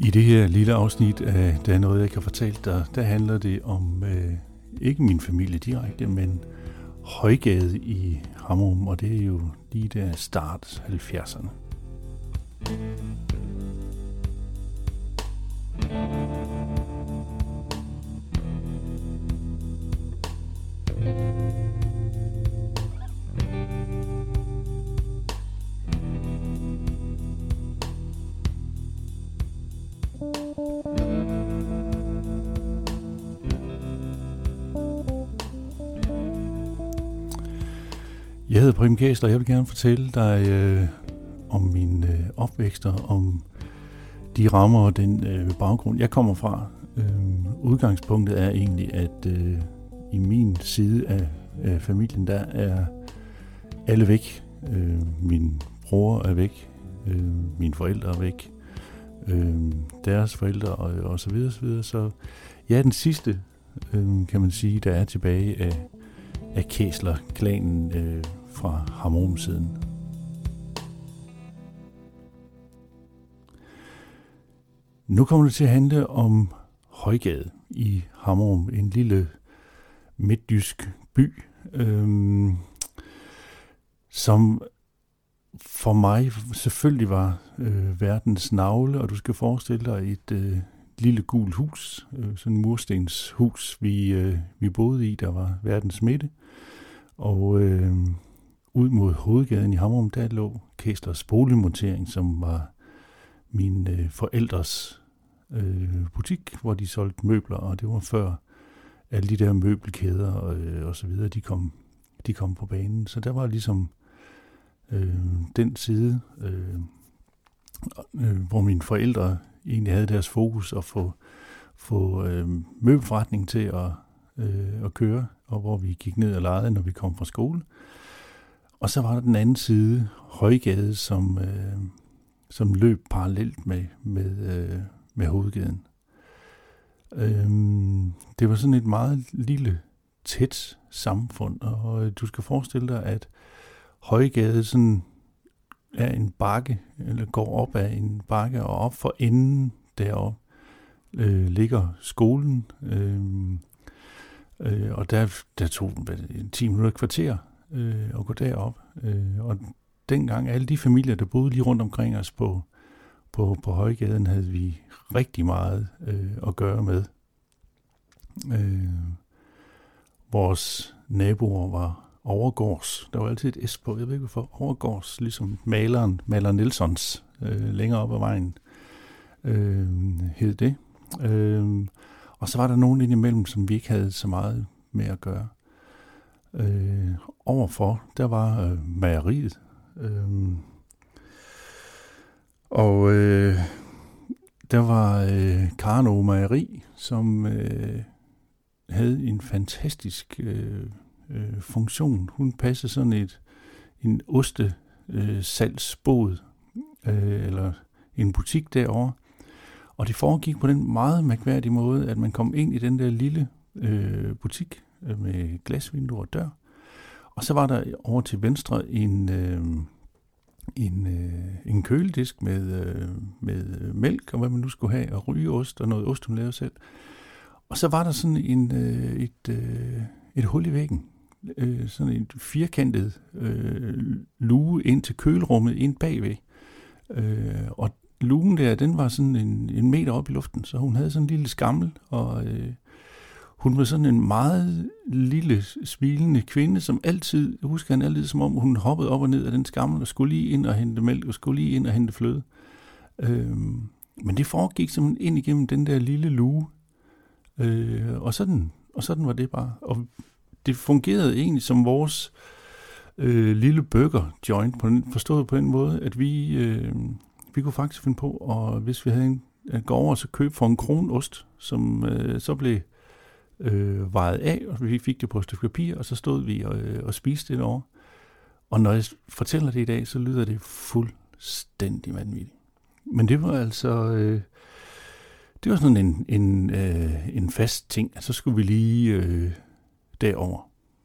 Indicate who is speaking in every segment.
Speaker 1: I det her lille afsnit af Der er noget, jeg kan fortælle dig, der handler det om ikke min familie direkte, men Højgade i Hammerum, og det er jo lige der start 70'erne. Jeg hedder Preben Kæsler, og jeg vil gerne fortælle dig om min opvækst og om de rammer og den baggrund, jeg kommer fra. Udgangspunktet er egentlig, at i min side af familien, der er alle væk. Min bror er væk, mine forældre er væk, deres forældre og så videre, så videre. Så jeg er den sidste, kan man sige, der er tilbage af Kæsler-klanen fra Hammerum-siden. Nu kommer det til at handle om Højgade i Hammerum, en lille midtjysk by, som for mig selvfølgelig var verdens navle, og du skal forestille dig et lille gult hus, sådan et murstenshus, vi boede i, der var verdens midte, og ud mod hovedgaden i Hammerum, der lå Kæslers boligmontering, som var mine forældres butik, hvor de solgte møbler, og det var før alle de der møbelkæder og så videre, de kom på banen. Så der var ligesom den side, hvor mine forældre egentlig havde deres fokus at få møbelforretningen til at køre, og hvor vi gik ned og legede, når vi kom fra skole. Og så var der den anden side, Højgade, som løb parallelt med hovedgaden. Det var sådan et meget lille, tæt samfund, og du skal forestille dig, at Højgade sådan er en bakke, eller går op ad en bakke, og op for enden deroppe ligger skolen, og der tog 10 minutter kvarter at gå derop. Og dengang alle de familier, der boede lige rundt omkring os på Højgaden, havde vi rigtig meget at gøre med. Vores naboer var Overgårds. Der var altid et S på, jeg ved ikke hvorfor. Overgårds, ligesom Maler Nielsons, længere op ad vejen, hed det. Og så var der nogen indimellem, som vi ikke havde så meget med at gøre. Overfor, der var mejeriet. Og der var Karno Mejeri, som havde en fantastisk funktion. Hun passede sådan en ostesalgsbod eller en butik derovre. Og det foregik på den meget mærkværdige måde, at man kom ind i den der lille butik med glasvinduer og dør. Og så var der over til venstre en køledisk med mælk og hvad man nu skulle have, og rygeost og noget ost, hun lavede selv. Og så var der sådan et hul i væggen, sådan et firkantet luge ind til kølerummet ind bagved. Og lugen der, den var sådan en meter op i luften, så hun havde sådan en lille skammel, og hun var sådan en meget lille, smilende kvinde, som altid, jeg husker han altid, som om hun hoppede op og ned af den skammel, og skulle lige ind og hente mælk, og skulle lige ind og hente fløde. Men det foregik simpelthen ind igennem den der lille luge, og sådan var det bare. Og det fungerede egentlig som vores lille burger joint, forstået på den måde, at vi kunne faktisk finde på, og hvis vi havde at gå over og så købe for 1 kronost, som så blev vejet af, og vi fik det på et stykke papir, og så stod vi og spiste det over. Og når jeg fortæller det i dag, så lyder det fuldstændig vanvittigt. Men det var altså det var sådan en fast ting, at så skulle vi lige derover.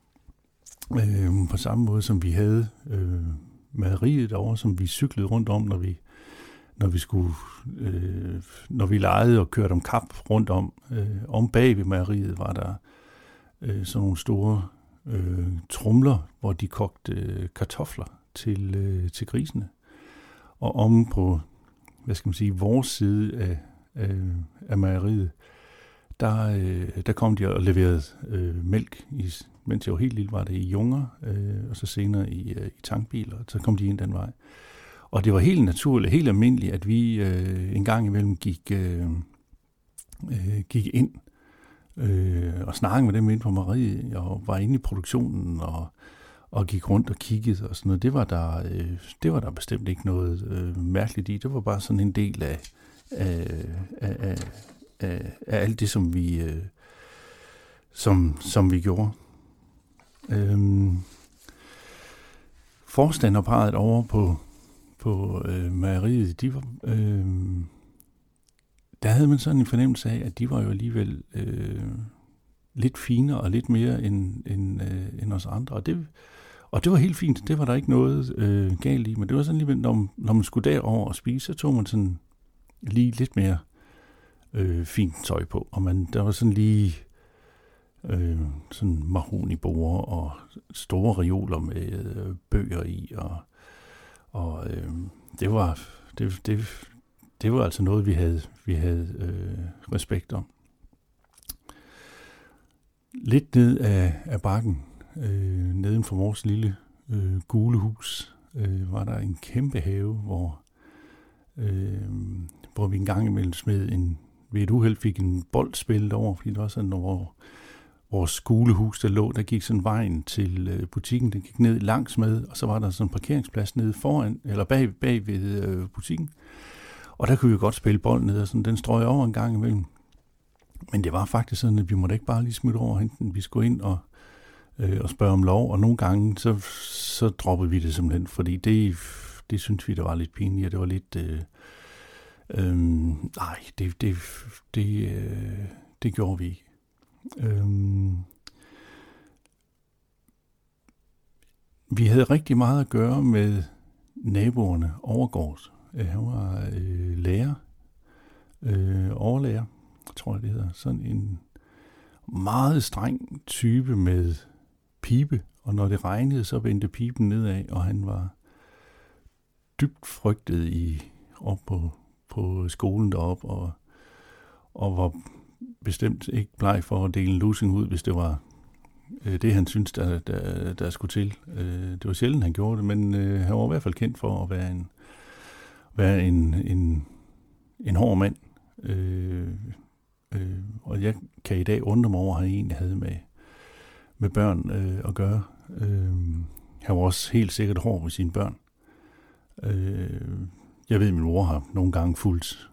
Speaker 1: På samme måde som vi havde mejeriet derovre, som vi cyklede rundt om, når vi legede og kørte om kap rundt om bag ved mejeriet, var der sådan nogle store tromler, hvor de kogte kartofler til grisene. Og om på, vores side af mejeriet, der kom de og leverede mælk. Mens jeg var helt lille, var det i junger, og så senere i tankbiler, så kom de ind den vej. Og det var helt naturligt, helt almindeligt, at vi en gang imellem gik ind og snakkede med dem inde på mejeriet, og var inde i produktionen og gik rundt og kiggede og sådan noget. Det var der bestemt ikke noget mærkeligt i. Det var bare sådan en del af alt det, som vi gjorde. Forstanderparret over på mejeriet, der havde man sådan en fornemmelse af, at de var jo alligevel lidt finere og lidt mere end os andre. Og det var helt fint. Det var der ikke noget galt i. Men det var sådan alligevel, når man skulle derover og spise, så tog man sådan lige lidt mere fint tøj på. Og der var sådan lige sådan mahogniborer og store reoler med bøger i. Og det var altså noget, vi havde respekt om. Lidt ned af bakken, neden for vores lille gule hus, var der en kæmpe have, hvor vi en gang imellem ved et uheld fik en bold spillet over, fordi det var sådan, hvor vores gule hus, der gik sådan vejen til butikken, den gik ned langs med, og så var der sådan en parkeringsplads nede foran, eller bag ved butikken. Og der kunne vi godt spille bold ned, og sådan, den strøg over en gang imellem. Men det var faktisk sådan, at vi måtte ikke bare lige smutte over henten. Vi skulle ind og spørge om lov, og nogle gange, så droppede vi det simpelthen, fordi det syntes vi, der var lidt pinligt, og det var lidt... det gjorde vi ikke. Vi havde rigtig meget at gøre med naboerne overgårds. Han var lærer, overlærer, tror jeg det hedder. Sådan en meget streng type med pibe, og når det regnede, så vendte piben nedad, og han var dybt frygtet op på skolen deroppe, og var bestemt ikke bleg for at dele en lussing ud, hvis det var det, han syntes, der skulle til. Det var sjældent, han gjorde det, men han var i hvert fald kendt for at være en hård mand. Og jeg kan i dag undre mig over, at han egentlig havde med børn at gøre. Han var også helt sikkert hård ved sine børn. Jeg ved, at min mor har nogle gange fulgt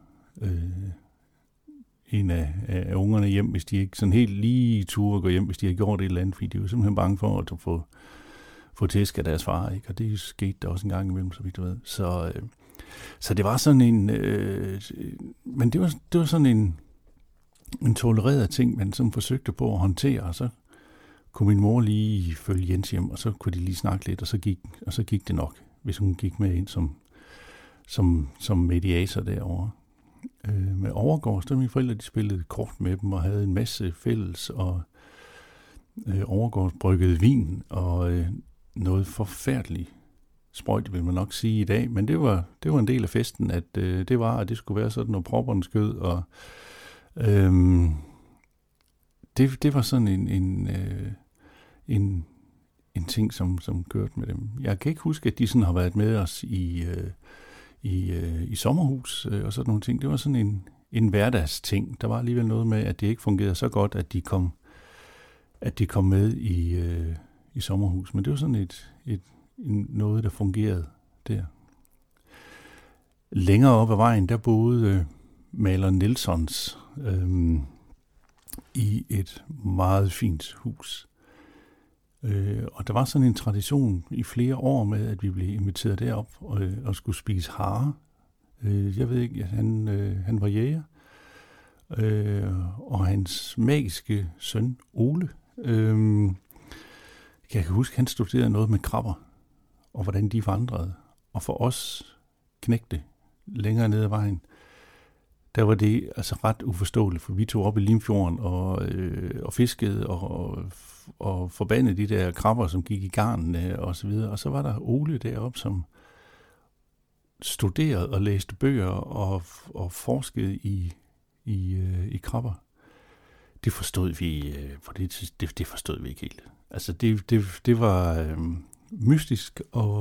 Speaker 1: en af ungerne hjem, hvis de ikke sådan helt lige turde gå hjem, hvis de har gjort et eller andet, fordi de var simpelthen bange for at få tæsk af deres far, ikke? Og det skete der også en gang imellem, så vidt jeg ved. Så det var sådan en... men det var sådan en tolereret ting, man som forsøgte på at håndtere, og så kunne min mor lige følge Jens hjem, og så kunne de lige snakke lidt, og så gik det nok, hvis hun gik med ind som mediator derovre. Med overgårds, der mine forældre, de spillede kort med dem, og havde en masse fælles, og overgårds bryggede vin, og noget forfærdeligt sprøjt, vil man nok sige i dag, men det var en del af festen, at det skulle være sådan, når propperne skød, og det var sådan en ting, som kørte med dem. Jeg kan ikke huske, at de sådan har været med os i sommerhus og sådan nogle ting. Det var sådan en hverdagsting. Der var alligevel noget med, at det ikke fungerede så godt, at de kom med i sommerhus. Men det var sådan noget, der fungerede der. Længere op ad vejen, der boede maler Nielsons i et meget fint hus. Og der var sådan en tradition i flere år med, at vi blev inviteret derop og skulle spise hare. Jeg ved ikke, at han var jæger. Og hans magiske søn, Ole, jeg kan huske, han studerede noget med krabber, og hvordan de vandrede. Og for os knægte, længere ned ad vejen, der var det altså ret uforståeligt, for vi tog op i Limfjorden og fiskede og forbandede de der krabber, som gik i garnene og så videre. Og så var der Ole deroppe, som studerede og læste bøger og forskede i krabber. Det forstod vi, for det forstod vi ikke helt. Altså det var mystisk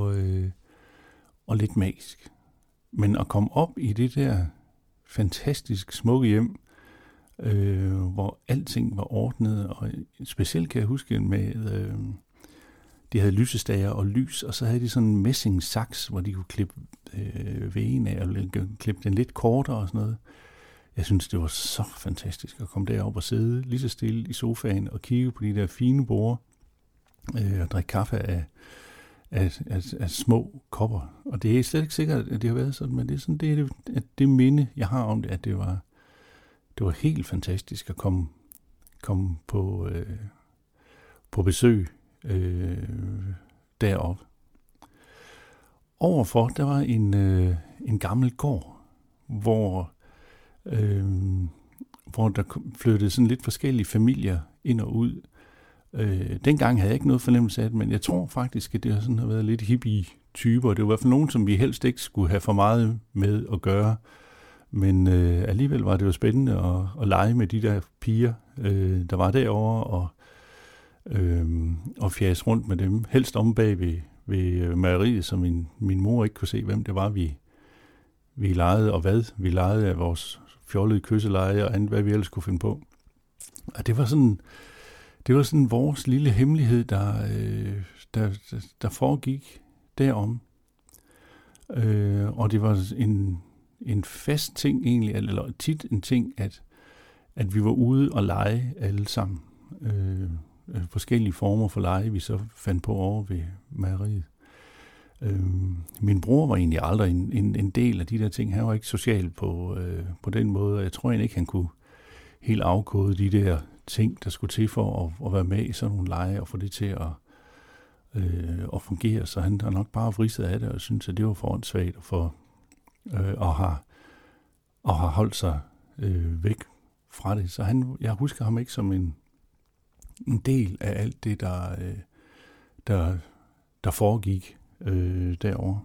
Speaker 1: og lidt magisk. Men at komme op i det der fantastisk smukke hjem, hvor alting var ordnet, og specielt kan jeg huske med, de havde lysestager og lys, og så havde de sådan en messingsaks, hvor de kunne klippe væggen af, og klippe den lidt kortere og sådan noget. Jeg synes, det var så fantastisk at komme derop og sidde lige så stille i sofaen og kigge på de der fine borde og drikke kaffe af små kopper. Og det er slet ikke sikkert, at det har været sådan, men det er sådan det minde, jeg har om det, at det var helt fantastisk at komme på besøg deroppe. Overfor, der var en gammel gård, hvor der flyttede sådan lidt forskellige familier ind og ud. Dengang havde jeg ikke noget fornemmelse af det, men jeg tror faktisk, at det sådan har været lidt hippie-typer. Det var i hvert fald nogen, som vi helst ikke skulle have for meget med at gøre. Men alligevel var det jo spændende at lege med de der piger, der var derovre, og fjase rundt med dem. Helst om bag ved mejeriet, så min mor ikke kunne se, hvem det var, vi legede, og hvad vi legede af vores fjollede kysseleje og andet, hvad vi ellers kunne finde på. Og det var sådan vores lille hemmelighed, der foregik derom. Og det var en fast ting egentlig, eller tit en ting, at vi var ude og lege alle sammen. Forskellige former for lege, vi så fandt på over ved mejeriet. Min bror var egentlig aldrig en del af de der ting. Han var ikke social på den måde, og jeg tror egentlig ikke, han kunne helt afkode de der ting, der skulle til for at være med i sådan nogle lege og få det til at fungere. Så han har nok bare vridset af det og synes, at det var for åndssvagt og har holdt sig væk fra det. Så jeg husker ham ikke som en del af alt det, der foregik derovre.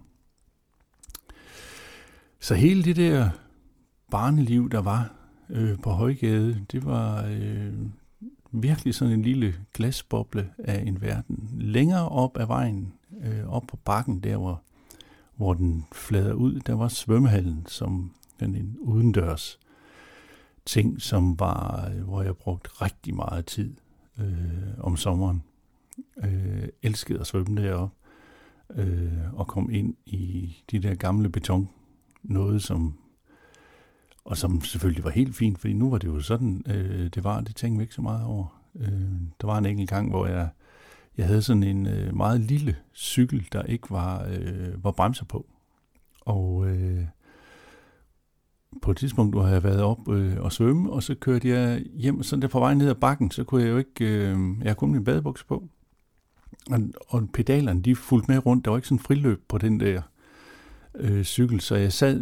Speaker 1: Så hele det der barneliv, der var på Højgade, det var virkelig sådan en lille glasboble af en verden. Længere op ad vejen, op på bakken der, hvor den flader ud, der var svømmehallen som en udendørs ting, som var, hvor jeg brugte rigtig meget tid om sommeren. Elskede at svømme deroppe og kom ind i de der gamle beton. Noget, som selvfølgelig var helt fint, fordi nu var det jo sådan, det tænkte vi ikke så meget over. Der var en enkelt gang, hvor jeg havde sådan en meget lille cykel, der ikke var bremser på. Og på et tidspunkt, hvor jeg havde været op og svømme, og så kørte jeg hjem, sådan der på vej ned ad bakken, så kunne jeg jo ikke, jeg havde kun min badebukser på. Og pedalerne, de fulgte med rundt, der var ikke sådan friløb på den der cykel, så jeg sad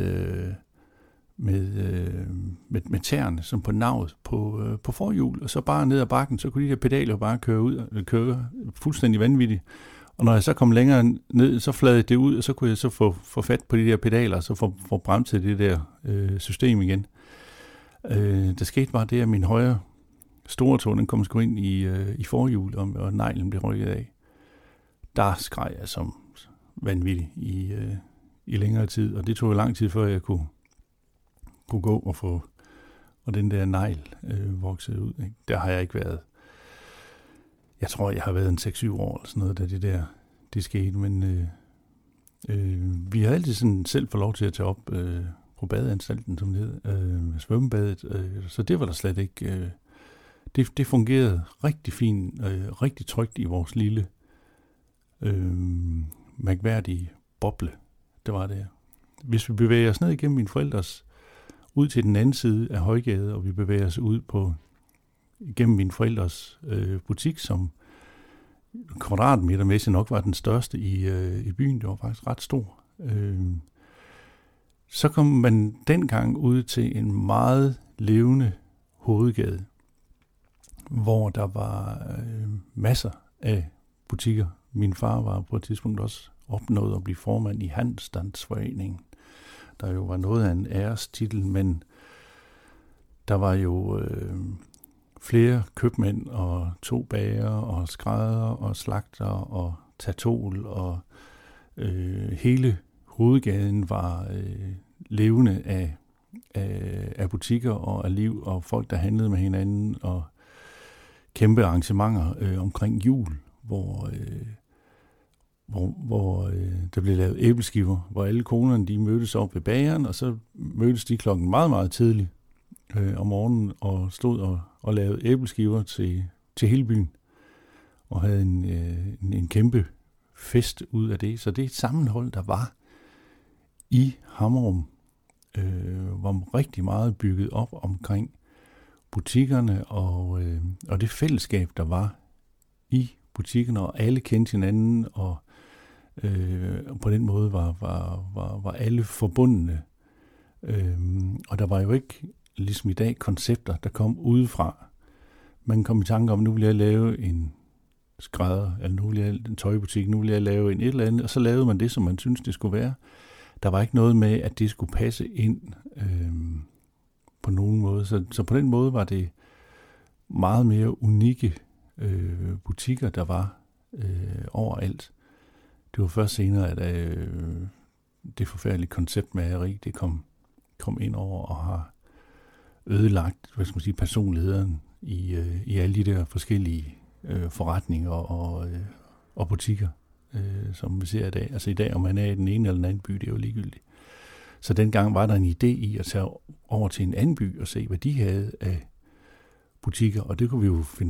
Speaker 1: med tæerne som på navet på forhjul, og så bare ned ad bakken, så kunne de der pedaler bare køre fuldstændig vanvittigt. Og når jeg så kom længere ned, så fladede det ud, og så kunne jeg så få fat på de der pedaler, og så få bremset det der system igen. Der skete bare det, at min højre store tog, den kom sgu ind i forhjul, og neglen blev rykket af. Der skreg jeg som vanvittig i længere tid, og det tog lang tid, før jeg kunne gå og den der negl voksede ud. Ikke? Der har jeg ikke været. Jeg tror, jeg har været en 6-7 år eller sådan noget, da det skete, men vi har altid sådan selv fået lov til at tage op på badeanstalten, som det hed, svømmebadet, så det var der slet ikke. Det fungerede rigtig fint, rigtig trygt i vores lille mærkværdige boble. Det var det. Hvis vi bevæger os ned igennem mine forældres ud til den anden side af Højgade, og vi bevæger os ud gennem mine forældres butik, som kvadratmetermæssigt nok var den største i byen. Det var faktisk ret stor. Så kom man dengang ud til en meget levende hovedgade, hvor der var masser af butikker. Min far var på et tidspunkt også opnået at blive formand i Handelsstandsforeningen, der jo var noget af en ærestitel, men der var jo flere købmænd og 2 bager og skrædder og slagter og tatol, og hele hovedgaden var levende af butikker og af liv og folk, der handlede med hinanden, og kæmpe arrangementer omkring jul, hvor der blev lavet æbleskiver, hvor alle konerne de mødtes op ved bageren, og så mødtes de klokken meget, meget tidligt om morgenen og stod og lavede æbleskiver til hele byen, og havde en kæmpe fest ud af det. Så det er et sammenhold, der var i Hammerum, var rigtig meget bygget op omkring butikkerne og det fællesskab, der var i butikkerne, og alle kendte hinanden, og på den måde var alle forbundne. Og der var jo ikke, ligesom i dag, koncepter, der kom udefra. Man kom i tanke om, nu vil jeg lave en skrædder, eller nu vil jeg en tøjbutik, nu vil jeg lave en et eller andet, og så lavede man det, som man syntes, det skulle være. Der var ikke noget med, at det skulle passe ind på nogen måde. Så på den måde var det meget mere unikke butikker, der var overalt. Det var først senere, at det forfærdelige konceptmageri, det kom ind over og har ødelagt, hvad skal man sige, personligheden i alle de der forskellige forretninger og butikker, som vi ser i dag. Altså i dag, om man er i den ene eller den anden by, det er jo ligegyldigt. Så dengang var der en idé i at tage over til en anden by og se, hvad de havde af butikker, og det kunne vi jo finde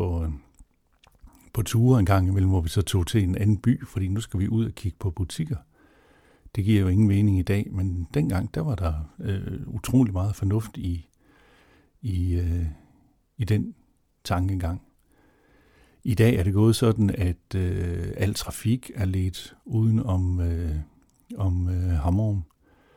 Speaker 1: på ture en gang imellem, hvor vi så tog til en anden by, fordi nu skal vi ud og kigge på butikker. Det giver jo ingen mening i dag, men dengang, der var der utrolig meget fornuft i den tankegang. I dag er det gået sådan, at al trafik er ledt uden om Hammerum.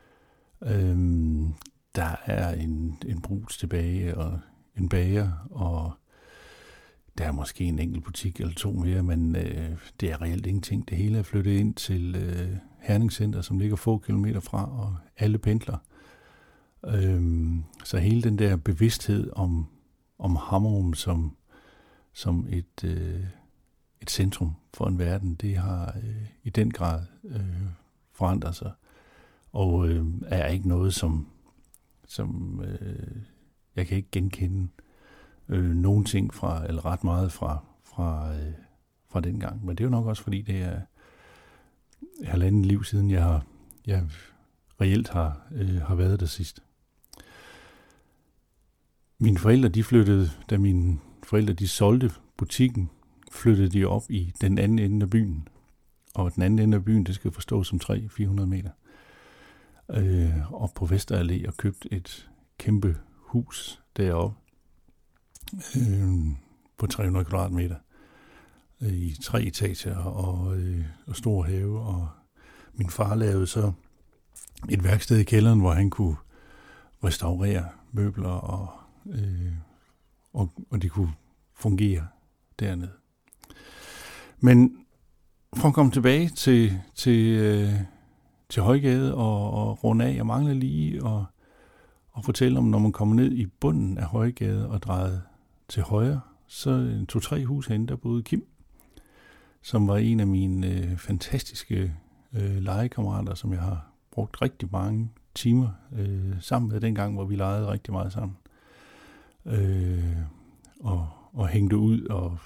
Speaker 1: Der er en brugs tilbage og en bager, og der er måske en enkelt butik eller 2 mere, men det er reelt ingenting. Det hele er flyttet ind til Herning Center, som ligger få kilometer fra, og alle pendler. Så hele den der bevidsthed om Hammerum som et centrum for en verden, det har i den grad forandret sig, og er ikke noget, som jeg kan ikke genkende nogen ting fra, eller ret meget fra den gang. Men det er jo nok også, fordi det er 1,5 liv siden, jeg reelt har været der sidst. Mine forældre, de flyttede, da mine forældre, de solgte butikken, flyttede de op i den anden ende af byen. Og den anden ende af byen, det skal forstås som 300-400 meter. Op på Vesterallé og købte et kæmpe hus deroppe på 300 kvadratmeter i 3 etager og stor have. Og min far lavede så et værksted i kælderen, hvor han kunne restaurere møbler og de kunne fungere dernede. Men for at komme tilbage til Højgade og runde af, jeg mangler lige og fortælle om, når man kommer ned i bunden af Højgade og drejede til højre, så 2-3 hus herinde, der boede Kim, som var en af mine fantastiske legekammerater, som jeg har brugt rigtig mange timer sammen med dengang, hvor vi legede rigtig meget sammen. Og hængte ud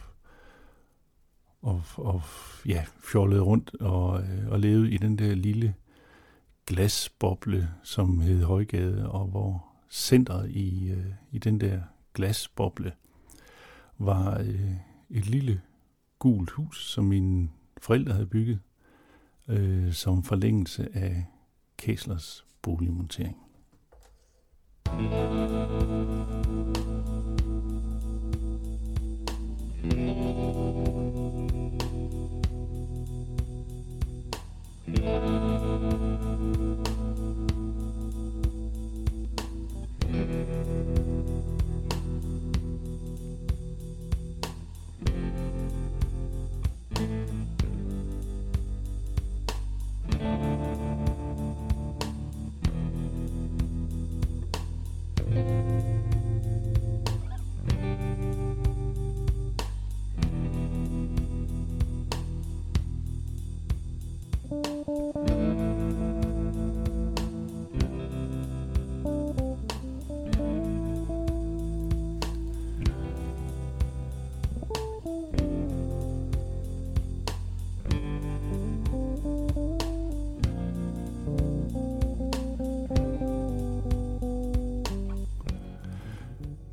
Speaker 1: og fjollede rundt og levede i den der lille glasboble, som hed Højgade, og hvor centret i den der glasboble var et lille gult hus, som mine forældre havde bygget som forlængelse af Kæslers boligmontering.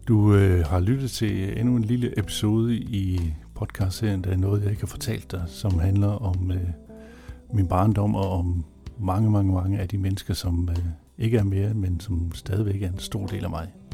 Speaker 1: Du har lyttet til endnu en lille episode i podcastserien, der er noget, jeg ikke har fortalt dig, som handler om min barndom og om mange af de mennesker, som ikke er mere, men som stadigvæk er en stor del af mig.